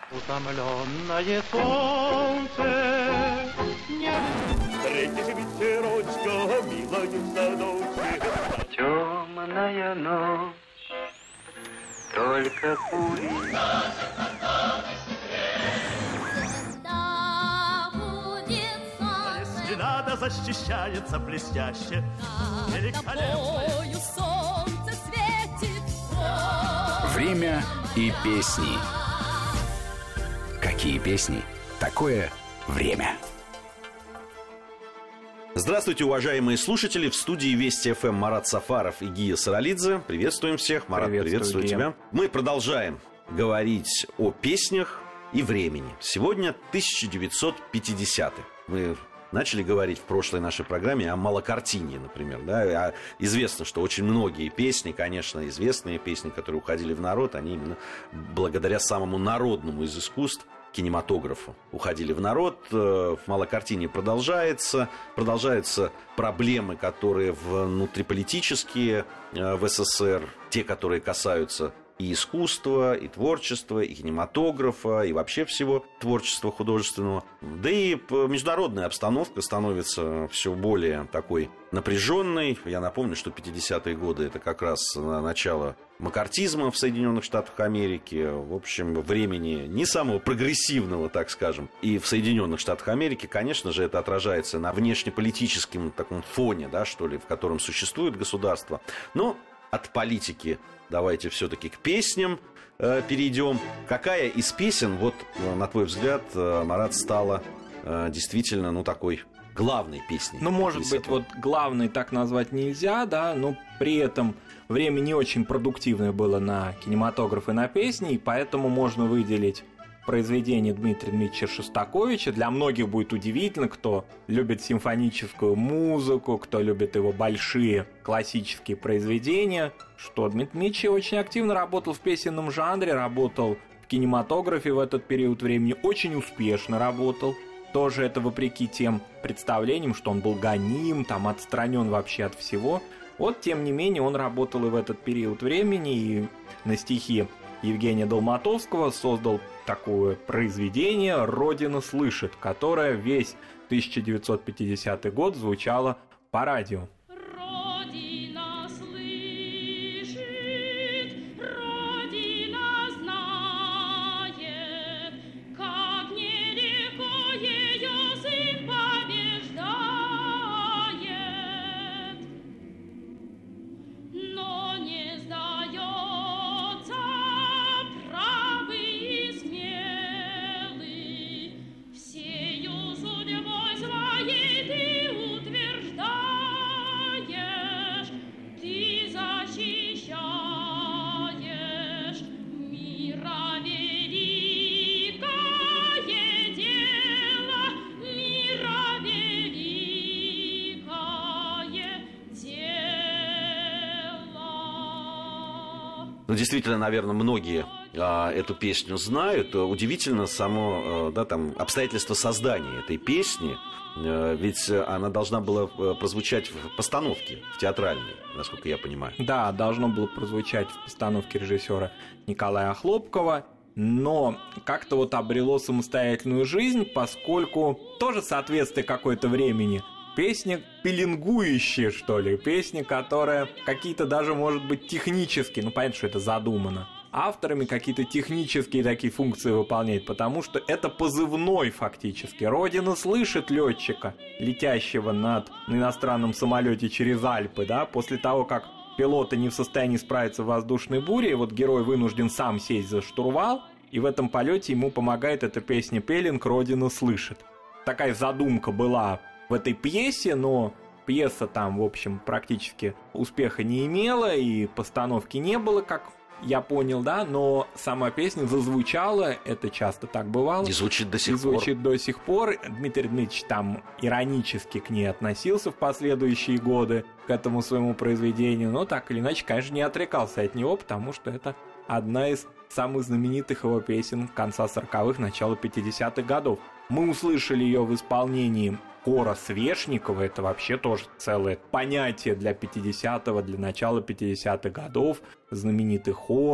Утомленное солнце встретишь ветерочка, милая в садочке. Темная ночь, только кури. Если надо, защищается блестяще. Тобою солнце светит. Время и песни. Какие песни? Такое время. Здравствуйте, уважаемые слушатели. В студии Вести ФМ Марат Сафаров и Гия Саралидзе. Приветствуем всех. Марат, приветствую тебя. Мы продолжаем говорить о песнях и времени. Сегодня 1950-й. Мы начали говорить в прошлой нашей программе о Малакартине, например. Да? Известно, что очень многие песни, конечно, известные песни, которые уходили в народ, они именно благодаря самому народному из искусств, кинематографу, уходили в народ. В Малакартине продолжаются проблемы, которые внутриполитические в СССР, те, которые касаются и искусства, и творчества, и кинематографа, и вообще всего творчества художественного. Да и международная обстановка становится все более такой напряженной. Я напомню, что 50-е годы — это как раз начало маккартизма в Соединенных Штатах Америки. В общем, времени не самого прогрессивного, так скажем. И в Соединенных Штатах Америки, конечно же, это отражается на внешнеполитическом таком фоне, да, что ли, в котором существует государство. Но от политики давайте все-таки к песням перейдем. Какая из песен, вот, на твой взгляд, Марат, стала действительно, такой главной песней? Может быть, вот главной так назвать нельзя, да, но при этом время не очень продуктивное было на кинематограф и на песни, и поэтому можно выделить произведение Дмитрия Дмитриевича Шостаковича. Для многих будет удивительно, кто любит симфоническую музыку, кто любит его большие классические произведения, что Дмитрий Дмитриевич очень активно работал в песенном жанре, работал в кинематографе в этот период времени, очень успешно работал. Тоже это вопреки тем представлениям, что он был гоним, отстранен вообще от всего. Вот, тем не менее, он работал и в этот период времени, и на стихи Евгения Долматовского создал такое произведение «Родина слышит», которое весь 1950 год звучало по радио. Родина слышит, Родина знает, как нелегко ее сын побеждает, но не сдается. Действительно, наверное, многие эту песню знают. Удивительно само обстоятельство создания этой песни. Ведь она должна была прозвучать в постановке, в театральной, насколько я понимаю. Да, должно было прозвучать в постановке режиссера Николая Хлопкова, но как-то обрело самостоятельную жизнь, поскольку тоже соответствие какое-то времени. Песня пеленгующая, что ли, песня, которая какие-то даже, может быть, технические, понятно, что это задумано, авторами какие-то технические такие функции выполняет, потому что это позывной фактически. Родина слышит летчика, летящего на иностранном самолете через Альпы, да, после того, как пилоты не в состоянии справиться в воздушной буре, и герой вынужден сам сесть за штурвал, и в этом полете ему помогает эта песня «Пеленг. Родина слышит». Такая задумка была в этой пьесе, но пьеса там, в общем, практически успеха не имела, и постановки не было, как я понял, да, но сама песня зазвучала, это часто так бывало. И звучит до сих пор. Звучит до сих пор. Дмитрий Дмитриевич там иронически к ней относился в последующие годы, к этому своему произведению, но так или иначе, конечно, не отрекался от него, потому что это одна из самых знаменитых его песен конца 40-х, начала 50-х годов. Мы услышали ее в исполнении хора Свешникова, это вообще тоже целое понятие для 50-го, для начала 50-х годов, знаменитый хор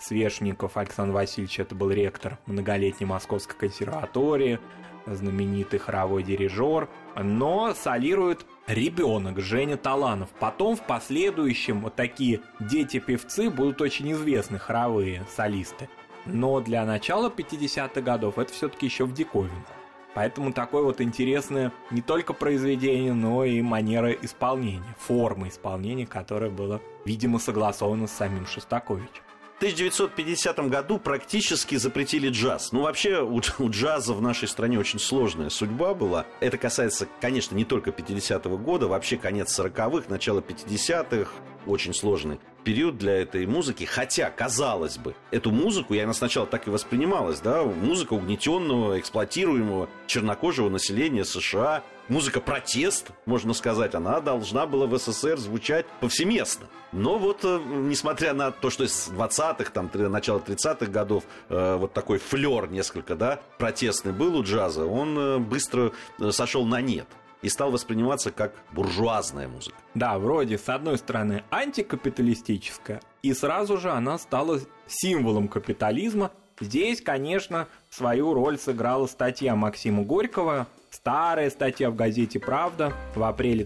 Свешников Александр Васильевич, это был ректор многолетней Московской консерватории, знаменитый хоровой дирижер, но солирует ребенок Женя Таланов. Потом в последующем вот такие дети-певцы будут очень известны, хоровые солисты. Но для начала 50-х годов это все-таки еще в диковинку. Поэтому такое вот интересное не только произведение, но и манера исполнения, форма исполнения, которая была, видимо, согласована с самим Шостаковичем. В 1950 году практически запретили джаз. Ну, вообще, у джаза в нашей стране очень сложная судьба была. Это касается, конечно, не только 50-го года, вообще конец 40-х, начало 50-х. Очень сложный период для этой музыки. Хотя, казалось бы, эту музыку, и она сначала так и воспринималась, да, музыка угнетенного, эксплуатируемого чернокожего населения США, музыка протест, можно сказать, она должна была в СССР звучать повсеместно. Но вот, несмотря на то, что из 20-х, там, начала 30-х годов, вот такой флёр несколько, да, протестный был у джаза, он быстро сошел на нет и стал восприниматься как буржуазная музыка. Да, вроде, с одной стороны, антикапиталистическая, и сразу же она стала символом капитализма. Здесь, конечно, свою роль сыграла статья Максима Горького, старая статья в газете «Правда», в апреле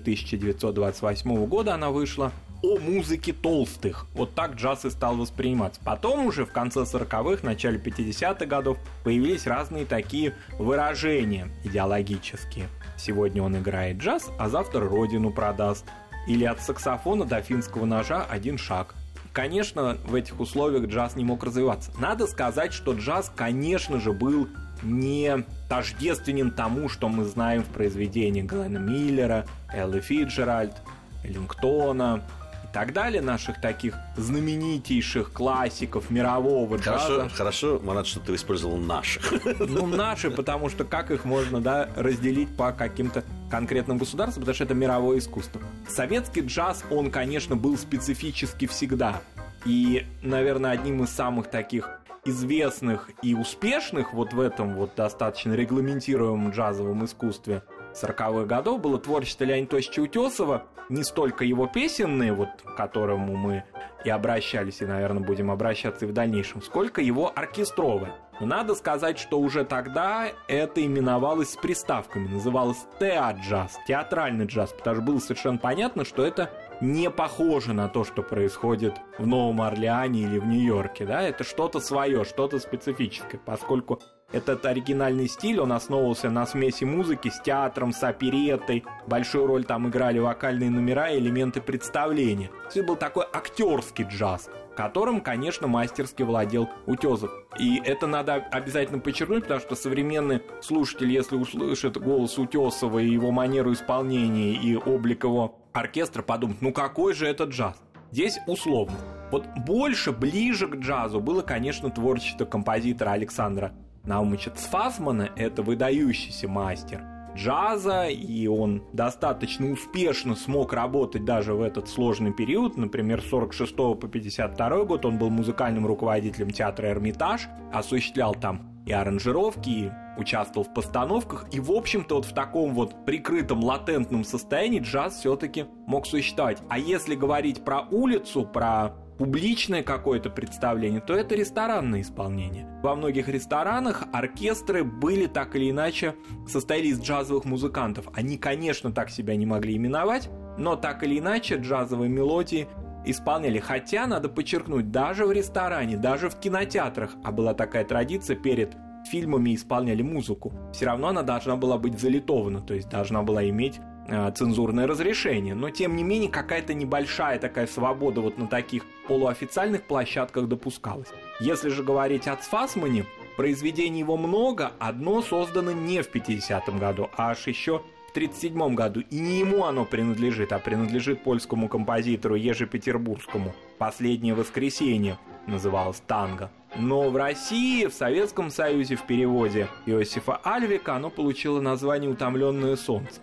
1928 года она вышла, о музыке толстых. Вот так джаз и стал восприниматься. Потом уже в конце 40-х, начале 50-х годов появились разные такие выражения идеологические. Сегодня он играет джаз, а завтра родину продаст. Или от саксофона до финского ножа один шаг. Конечно, в этих условиях джаз не мог развиваться. Надо сказать, что джаз, конечно же, был не тождественен тому, что мы знаем в произведениях Глена Миллера, Эллы Фицджеральд, Эллингтона и так далее, наших таких знаменитейших классиков мирового джаза. Хорошо, Марат, что ты использовал наших. Ну, наши, потому что как их можно, да, разделить по каким-то конкретным государствам, потому что это мировое искусство. Советский джаз, он, конечно, был специфический всегда. И, наверное, одним из самых таких известных и успешных вот в этом вот достаточно регламентируемом джазовом искусстве 40-х годов было творчество Леонида Тосича Утесова. Не столько его песенные, вот, к которому мы и обращались, и, наверное, будем обращаться и в дальнейшем, сколько его оркестровое. Но надо сказать, что уже тогда это именовалось с приставками, называлось теат-джаз, театральный джаз, потому что было совершенно понятно, что это не похоже на то, что происходит в Новом Орлеане или в Нью-Йорке, да, это что-то свое, что-то специфическое, поскольку этот оригинальный стиль, он основывался на смеси музыки с театром, с опереттой, большую роль там играли вокальные номера и элементы представления. Это был такой актерский джаз, которым, конечно, мастерски владел Утесов. И это надо обязательно подчеркнуть, потому что современный слушатель, если услышит голос Утесова и его манеру исполнения и облик его оркестра, подумает, ну какой же это джаз? Здесь условно. Вот больше, ближе к джазу было, конечно, творчество композитора Александра Наумовича Цфасмана. Это выдающийся мастер джаза, и он достаточно успешно смог работать даже в этот сложный период. Например, с 46 по 52 год он был музыкальным руководителем театра «Эрмитаж», осуществлял там и аранжировки, и участвовал в постановках, и, в общем-то, вот в таком вот прикрытом латентном состоянии джаз все-таки мог существовать. А если говорить про улицу, про публичное какое-то представление, то это ресторанное исполнение. Во многих ресторанах оркестры были так или иначе, состояли из джазовых музыкантов. Они, конечно, так себя не могли именовать, но так или иначе джазовые мелодии исполняли. Хотя, надо подчеркнуть, даже в ресторане, даже в кинотеатрах, а была такая традиция, перед фильмами исполняли музыку, все равно она должна была быть залитована, то есть должна была иметь цензурное разрешение. Но, тем не менее, какая-то небольшая такая свобода вот на таких полуофициальных площадках допускалась. Если же говорить о Цфасмане, произведений его много, одно создано не в 50-м году, а аж еще в 1937 году. И не ему оно принадлежит, а принадлежит польскому композитору Ежи Петербургскому. «Последнее воскресенье» называлось танго. Но в России, в Советском Союзе в переводе Иосифа Альвика оно получило название «Утомленное солнце».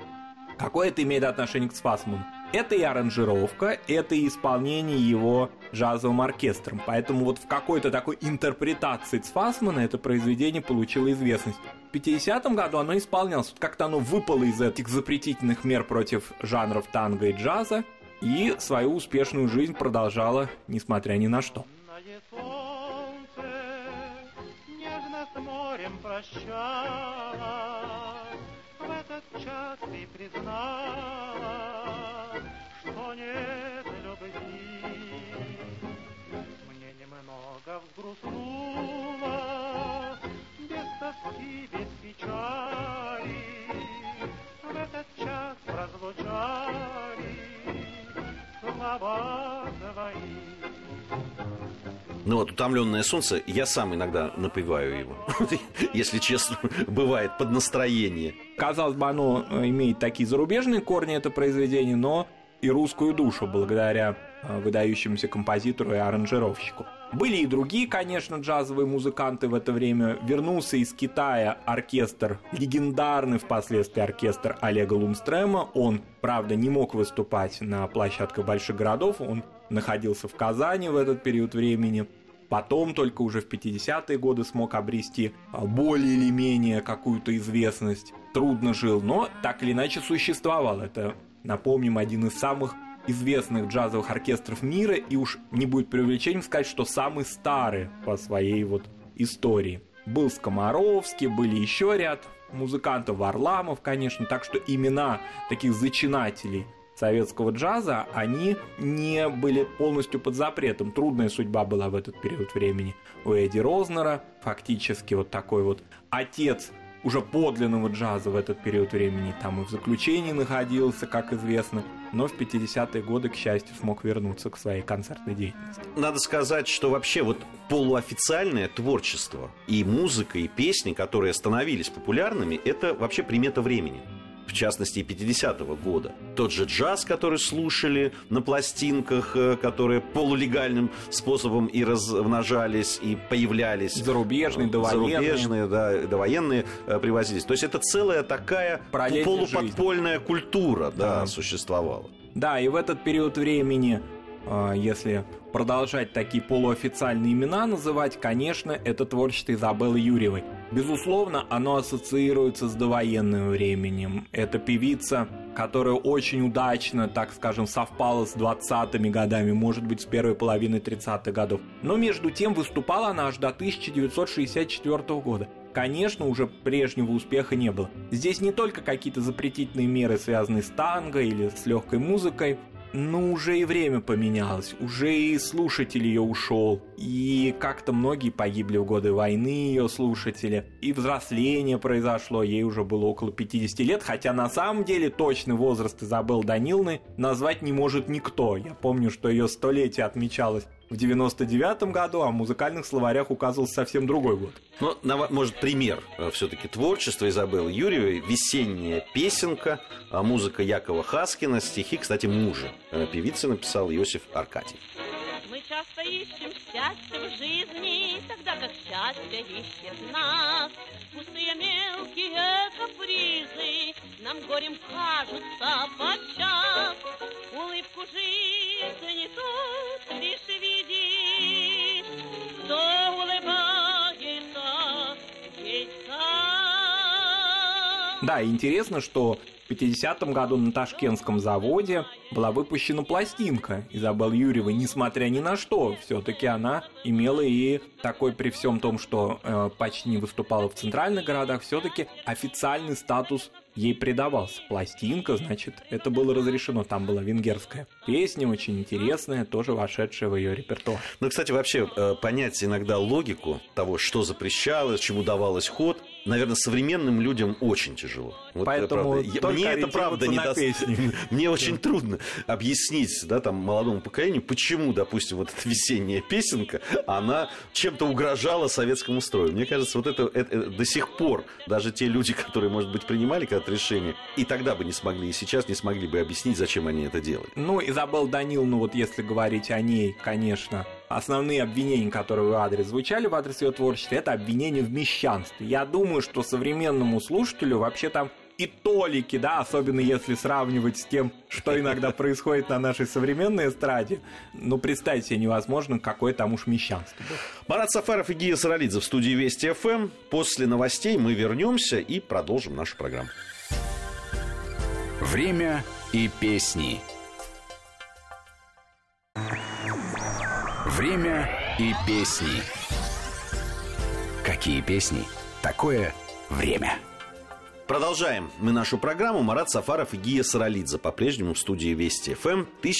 Какое это имеет отношение к Цфасману? Это и аранжировка, это и исполнение его джазовым оркестром. Поэтому вот в какой-то такой интерпретации Цфасмана это произведение получило известность. В 50-м году оно исполнялось. Как-то оно выпало из этих запретительных мер против жанров танго и джаза и свою успешную жизнь продолжало, несмотря ни на что. прощала, в этот час ты признала, что нет любви. Мне немного взгрустнуло, без тоски, без печали, в этот час разлучали слова твои. Ну вот «Утомленное солнце», я сам иногда напеваю его, если честно, бывает под настроение. Казалось бы, оно имеет такие зарубежные корни, это произведение, но и русскую душу, благодаря выдающемуся композитору и аранжировщику. Были и другие, конечно, джазовые музыканты в это время. Вернулся из Китая оркестр, легендарный впоследствии оркестр Олега Лундстрема. Он, правда, не мог выступать на площадках больших городов, он находился в Казани в этот период времени. Потом только уже в 50-е годы смог обрести более или менее какую-то известность. Трудно жил, но так или иначе существовал. Это, напомним, один из самых известных джазовых оркестров мира, и уж не будет преувеличением сказать, что самый старый по своей вот истории. Был Скоморовский, были еще ряд музыкантов, Варламов, конечно, так что имена таких зачинателей советского джаза, они не были полностью под запретом. Трудная судьба была в этот период времени у Эдди Рознера, фактически вот такой вот отец уже подлинного джаза в этот период времени, там и в заключении находился, как известно, но в 50-е годы, к счастью, смог вернуться к своей концертной деятельности. Надо сказать, что вообще вот полуофициальное творчество и музыка, и песни, которые становились популярными, это вообще примета времени. В частности, и 50-го года. Тот же джаз, который слушали на пластинках, которые полулегальным способом и размножались, и появлялись. Зарубежные, довоенные. Зарубежные, да, довоенные привозились. То есть это целая такая полуподпольная культура, да, существовала. Да, и в этот период времени, если продолжать такие полуофициальные имена называть, конечно, это творчество Изабеллы Юрьевой. Безусловно, оно ассоциируется с довоенным временем. Это певица, которая очень удачно, так скажем, совпала с 20-ми годами, может быть, с первой половины 30-х годов. Но между тем выступала она аж до 1964 года. Конечно, уже прежнего успеха не было. Здесь не только какие-то запретительные меры, связанные с танго или с легкой музыкой, но уже и время поменялось, уже и слушатель ее ушел, и как-то многие погибли в годы войны ее слушатели, и взросление произошло, ей уже было около 50 лет, хотя на самом деле точный возраст Изабеллы Даниловны назвать не может никто. Я помню, что ее столетие отмечалось в 99-м году, а в музыкальных словарях указывался совсем другой год. Ну, может, пример все-таки творчества Изабеллы Юрьевой. «Весенняя песенка», музыка Якова Хаскина, стихи, кстати, мужа певицы написал Иосиф Аркадий. Мы часто ищем счастье в жизни, тогда как счастье ищет нас. Пустые мелкие капризы нам горем кажутся подчас. Улыбку жизни тут лишь видишь, кто улыбается ей сам. Да, интересно, что в 50-м году на Ташкентском заводе была выпущена пластинка Изабеллы Юрьевой, несмотря ни на что. Все-таки она имела и такой, при всем том, что почти не выступала в центральных городах, все-таки официальный статус ей придавался. Пластинка, значит, это было разрешено. Там была венгерская песня, очень интересная, тоже вошедшая в ее репертуар. Ну, кстати, вообще понять иногда логику того, что запрещалось, чему давалось ход, наверное, современным людям очень тяжело. Вот поэтому мне это правда не даст. Мне очень трудно объяснить, да, там, молодому поколению, почему, допустим, вот эта весенняя песенка, она чем-то угрожала советскому строю. Мне кажется, вот это до сих пор даже те люди, которые, может быть, принимали когда-то решение, и тогда бы не смогли, и сейчас не смогли бы объяснить, зачем они это делали. Ну, Изабелла Даниловна, вот если говорить о ней, конечно, основные обвинения, которые в адрес звучали, в адрес ее творчества, это обвинение в мещанстве. Я думаю, что современному слушателю вообще там и толики, да, особенно если сравнивать с тем, что иногда происходит на нашей современной эстраде, ну, представить себе невозможно, какое там уж мещанство. Марат Сафаров и Гия Саралидзе в студии Вести ФМ. После новостей мы вернемся и продолжим нашу программу. Время и песни. Время и песни. Какие песни? такое время? Продолжаем мы нашу программу. Марат Сафаров и Гия Саралидзе по-прежнему в студии Вести ФМ.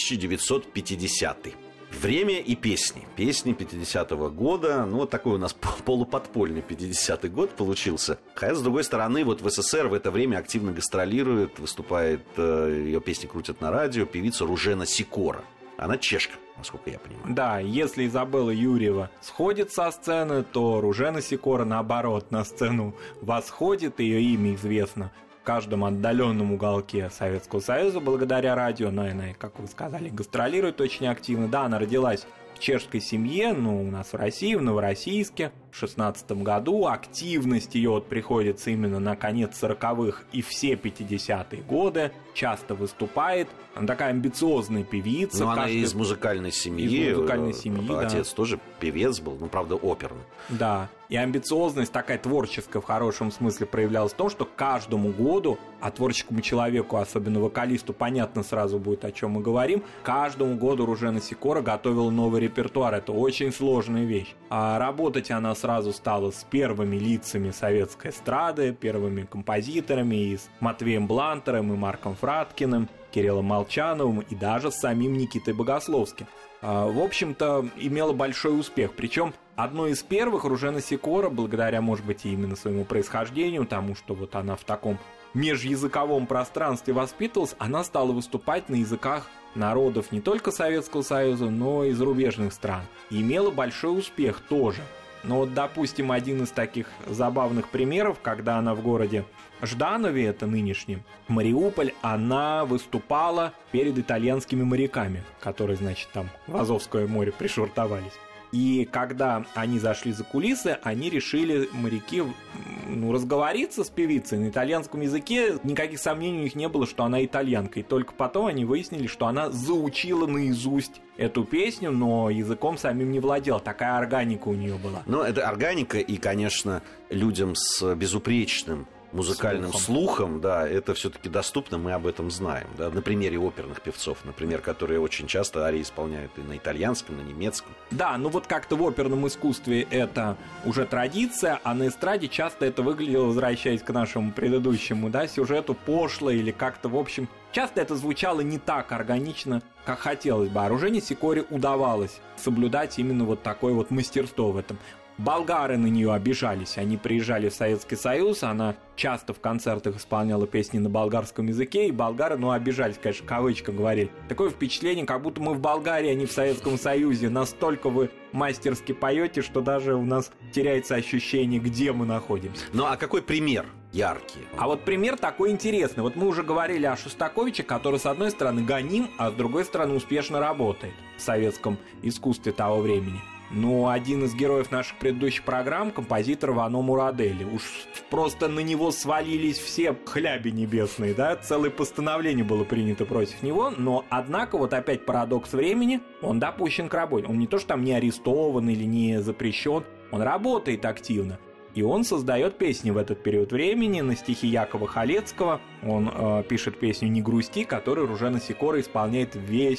1950. Время и песни. Песни 50-го года. Ну, вот такой у нас полуподпольный 50-й год получился. Хотя, с другой стороны, вот в СССР в это время активно гастролирует, выступает, ее песни крутят на радио, певица Ружена Сикора. Она чешка, насколько я понимаю. Да, если Изабелла Юрьева сходит со сцены, то Ружена Сикора, наоборот, на сцену восходит. Ее имя известно в каждом отдаленном уголке Советского Союза благодаря радио. Но она, как вы сказали, гастролирует очень активно. Да, она родилась в чешской семье, но у нас в России, в Новороссийске, в 16 году. Активность ее вот приходится именно на конец 40-х и все 50-е годы. Часто выступает. Она такая амбициозная певица. Но она из музыкальной семьи. Из музыкальной семьи, Отец да. тоже певец был, ну, правда, оперный. Да, и амбициозность такая творческая в хорошем смысле проявлялась в том, что каждому году, а творческому человеку, особенно вокалисту, понятно сразу будет, о чем мы говорим, каждому году Ружена Сикора готовила новый репертуар. Это очень сложная вещь. А работать она сразу стала с первыми лицами советской эстрады, первыми композиторами, и с Матвеем Блантером, и Марком Фраткиным, Кириллом Молчановым и даже с самим Никитой Богословским. В общем-то, имела большой успех. Причем одной из первых Ружена Сикора, благодаря, может быть, и именно своему происхождению, тому, что вот она в таком межязыковом пространстве воспитывалась, она стала выступать на языках народов не только Советского Союза, но и зарубежных стран. И имела большой успех тоже. Но вот, допустим, один из таких забавных примеров, когда она в городе Жданове, это нынешнем, Мариуполь, она выступала перед итальянскими моряками, которые, значит, там в Азовское море пришвартовались. И когда они зашли за кулисы, они решили, моряки, разговориться с певицей на итальянском языке. Никаких сомнений у них не было, что она итальянка. И только потом они выяснили, что она заучила наизусть эту песню, но языком самим не владела. Такая органика у нее была. Ну, это органика, и, конечно, людям с безупречным музыкальным слухом, да, это все-таки доступно, мы об этом знаем, да, на примере оперных певцов, например, которые очень часто арии исполняют и на итальянском, на немецком. Да, ну вот как-то в оперном искусстве это уже традиция, а на эстраде часто это выглядело, возвращаясь к нашему предыдущему, да, сюжету, пошло или как-то, в общем, часто это звучало не так органично, как хотелось бы, а Ружене Сикоре удавалось соблюдать именно вот такое вот мастерство в этом. Болгары на нее обижались, они приезжали в Советский Союз, она часто в концертах исполняла песни на болгарском языке, и болгары, обижались, конечно, в кавычках говорили. Такое впечатление, как будто мы в Болгарии, а не в Советском Союзе, настолько вы мастерски поете, что даже у нас теряется ощущение, где мы находимся. Ну а какой пример яркий? А вот пример такой интересный. Вот мы уже говорили о Шостаковиче, который, с одной стороны, гоним, а с другой стороны, успешно работает в советском искусстве того времени. Но один из героев наших предыдущих программ, композитор Вано Мурадели. Уж просто на него свалились все хляби небесные, да? Целое постановление было принято против него. Но, однако, вот опять парадокс времени, он допущен к работе. Он не то, что там не арестован или не запрещен, он работает активно. И он создает песни в этот период времени на стихи Якова Халецкого. Он пишет песню «Не грусти», которую Ружена Сикора исполняет весь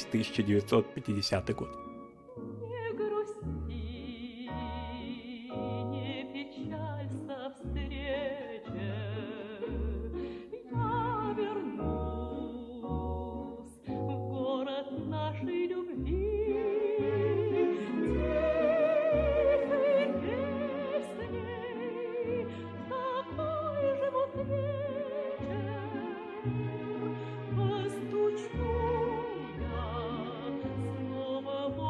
1950 год. Снова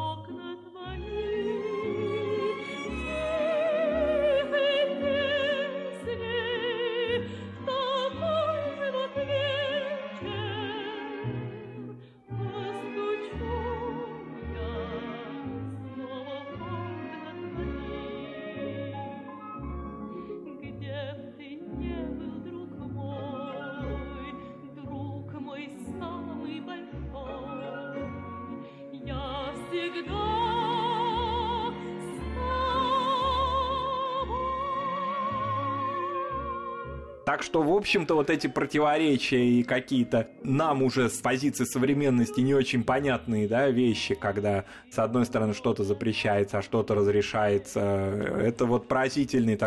Так что, в общем-то, вот эти противоречия и какие-то нам уже с позиции современности не очень понятные, да, вещи, когда с одной стороны что-то запрещается, а что-то разрешается, это вот поразительная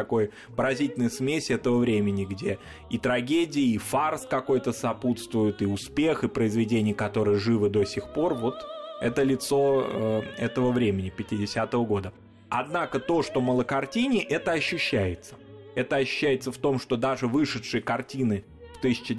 смесь этого времени, где и трагедии, и фарс какой-то сопутствуют, и успех, и произведения, которые живы до сих пор, вот это лицо этого времени, 50-го года. Однако то, что малокартине, это ощущается. Это ощущается в том, что даже вышедшие картины в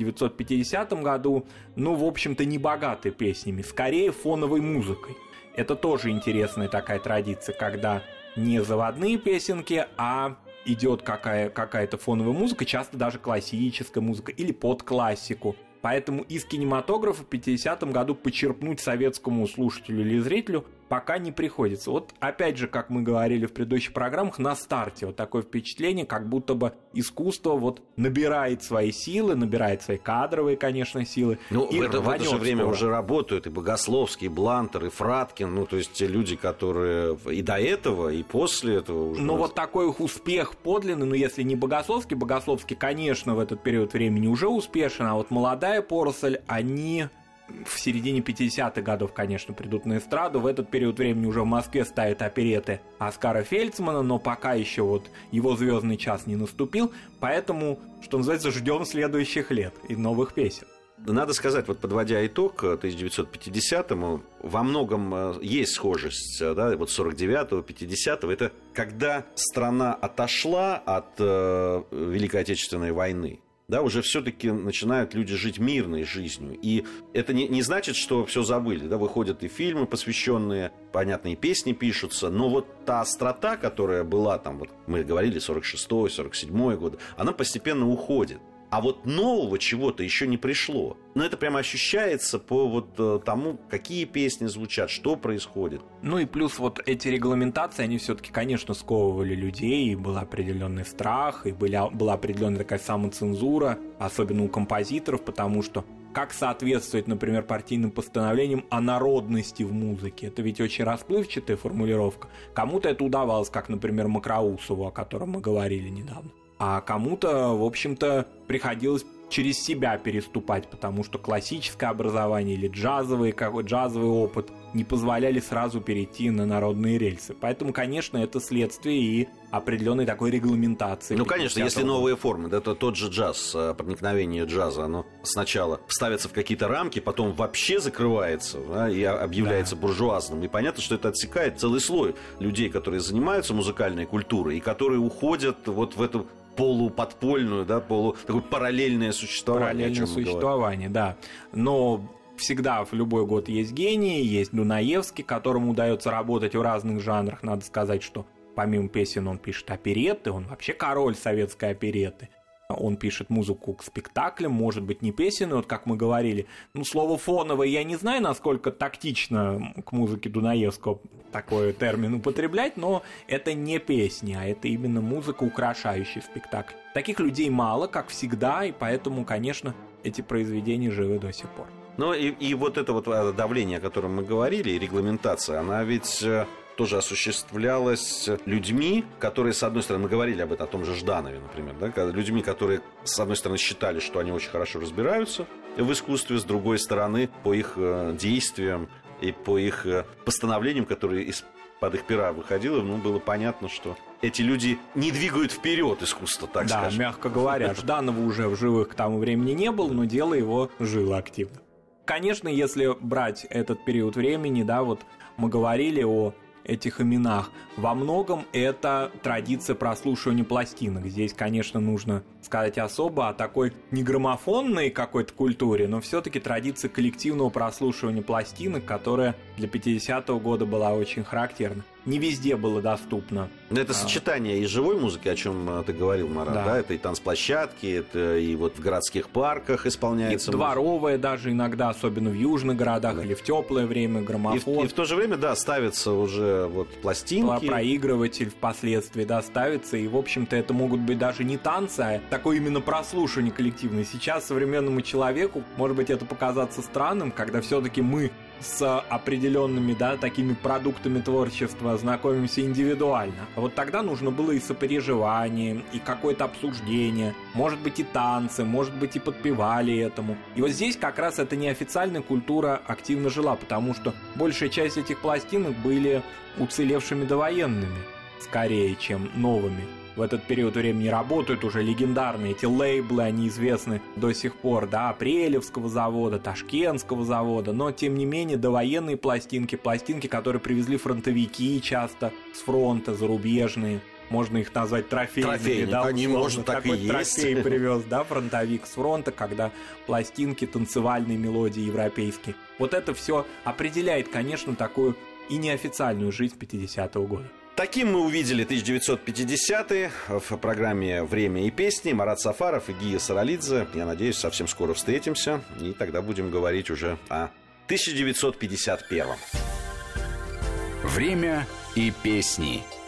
1950 году, ну, в общем-то, не богаты песнями, скорее фоновой музыкой. Это тоже интересная такая традиция, когда не заводные песенки, а идет какая-то фоновая музыка, часто даже классическая музыка или под классику. Поэтому из кинематографа в 50-м году почерпнуть советскому слушателю или зрителю пока не приходится. Вот опять же, как мы говорили в предыдущих программах, на старте вот такое впечатление, как будто бы искусство вот набирает свои силы, набирает свои кадровые, конечно, силы. Ну, в это же время уже работают и Богословский, и Блантер, и Фраткин, ну, то есть те люди, которые и до этого, и после этого уже... Но вот такой их успех подлинный, ну, если не Богословский, конечно, в этот период времени уже успешен, а вот молодая поросль, они... В середине 50-х годов, конечно, придут на эстраду. В этот период времени уже в Москве ставят оперетты Оскара Фельдсмана, но пока еще вот его звездный час не наступил. Поэтому, что называется, ждем следующих лет и новых песен. Надо сказать, вот подводя итог 1950-му, во многом есть схожесть, да, вот 49-го, 50-го. Это когда страна отошла от Великой Отечественной войны. Да, уже все-таки начинают люди жить мирной жизнью. И это не значит, что все забыли. Да, выходят и фильмы, посвященные, понятные песни пишутся. Но вот та острота, которая была там, вот мы говорили, 46-й, 47-й год, она постепенно уходит. А вот нового чего-то еще не пришло. Но это прямо ощущается по вот тому, какие песни звучат, что происходит. Ну и плюс вот эти регламентации, они все-таки, конечно, сковывали людей, и был определенный страх, и была определенная такая самоцензура, особенно у композиторов, потому что как соответствовать, например, партийным постановлениям о народности в музыке. Это ведь очень расплывчатая формулировка. Кому-то это удавалось, как, например, Мокроусову, о котором мы говорили недавно. А кому-то, в общем-то, приходилось через себя переступать, потому что классическое образование или джазовый опыт не позволяли сразу перейти на народные рельсы. Поэтому, конечно, это следствие и определенной такой регламентации. Ну, конечно, если новые формы, да, это тот же джаз, проникновение джаза, оно сначала ставится в какие-то рамки, потом вообще закрывается, да, и объявляется буржуазным. И понятно, что это отсекает целый слой людей, которые занимаются музыкальной культурой и которые уходят вот в эту полуподпольную, да, такое параллельное существование. Параллельное существование, да. Но всегда в любой год есть гении, есть Дунаевский, которому удается работать в разных жанрах. Надо сказать, что помимо песен он пишет оперетты, он вообще король советской оперетты. Он пишет музыку к спектаклям, может быть, не песенную, вот как мы говорили. Ну, слово «фоновое» я не знаю, насколько тактично к музыке Дунаевского такой термин употреблять, но это не песни, а это именно музыка, украшающая спектакль. Таких людей мало, как всегда, и поэтому, конечно, эти произведения живы до сих пор. Ну, и вот это вот давление, о котором мы говорили, и регламентация, она ведь... тоже осуществлялось людьми, которые, с одной стороны, мы говорили об этом, о том же Жданове, например, да, людьми, которые, с одной стороны, считали, что они очень хорошо разбираются в искусстве, с другой стороны, по их действиям и по их постановлениям, которые из-под их пера выходило, ну, было понятно, что эти люди не двигают вперед искусство, так скажем. Да, мягко говоря, Жданова уже в живых к тому времени не было, но дело его жило активно. Конечно, если брать этот период времени, да, вот мы говорили о этих именах. Во многом это традиция прослушивания пластинок. Здесь, конечно, нужно сказать особо о такой не граммофонной какой-то культуре, но все-таки традиция коллективного прослушивания пластинок, которая для 50-го года была очень характерна. Не везде было доступно. Это сочетание и живой музыки, о чем ты говорил, Марат, да? Это и танцплощадки, это и вот в городских парках исполняется. И дворовая даже иногда, особенно в южных городах, или в теплое время, граммофон. И в то же время, да, ставятся уже вот пластинки. Проигрыватель впоследствии, да, ставится. И, в общем-то, это могут быть даже не танцы, а такое именно прослушивание коллективное. Сейчас современному человеку, может быть, это показаться странным, когда все-таки мы с определенными, да, такими продуктами творчества знакомимся индивидуально. А вот тогда нужно было и сопереживание, и какое-то обсуждение, может быть и танцы, может быть и подпевали этому. И вот здесь как раз эта неофициальная культура активно жила, потому что большая часть этих пластинок были уцелевшими довоенными, скорее, чем новыми. В этот период времени работают уже легендарные эти лейблы, они известны до сих пор, да, Апрелевского завода, Ташкентского завода, но, тем не менее, довоенные пластинки, которые привезли фронтовики часто с фронта, зарубежные, можно их назвать трофейными, да, они, может, так и есть. Трофей привез, да, фронтовик с фронта, когда пластинки, танцевальные мелодии европейские. Вот это все определяет, конечно, такую и неофициальную жизнь 50-го года. Таким мы увидели 1950-е в программе «Время и песни». Марат Сафаров и Гия Саралидзе. Я надеюсь, совсем скоро встретимся, и тогда будем говорить уже о 1951-м. «Время и песни».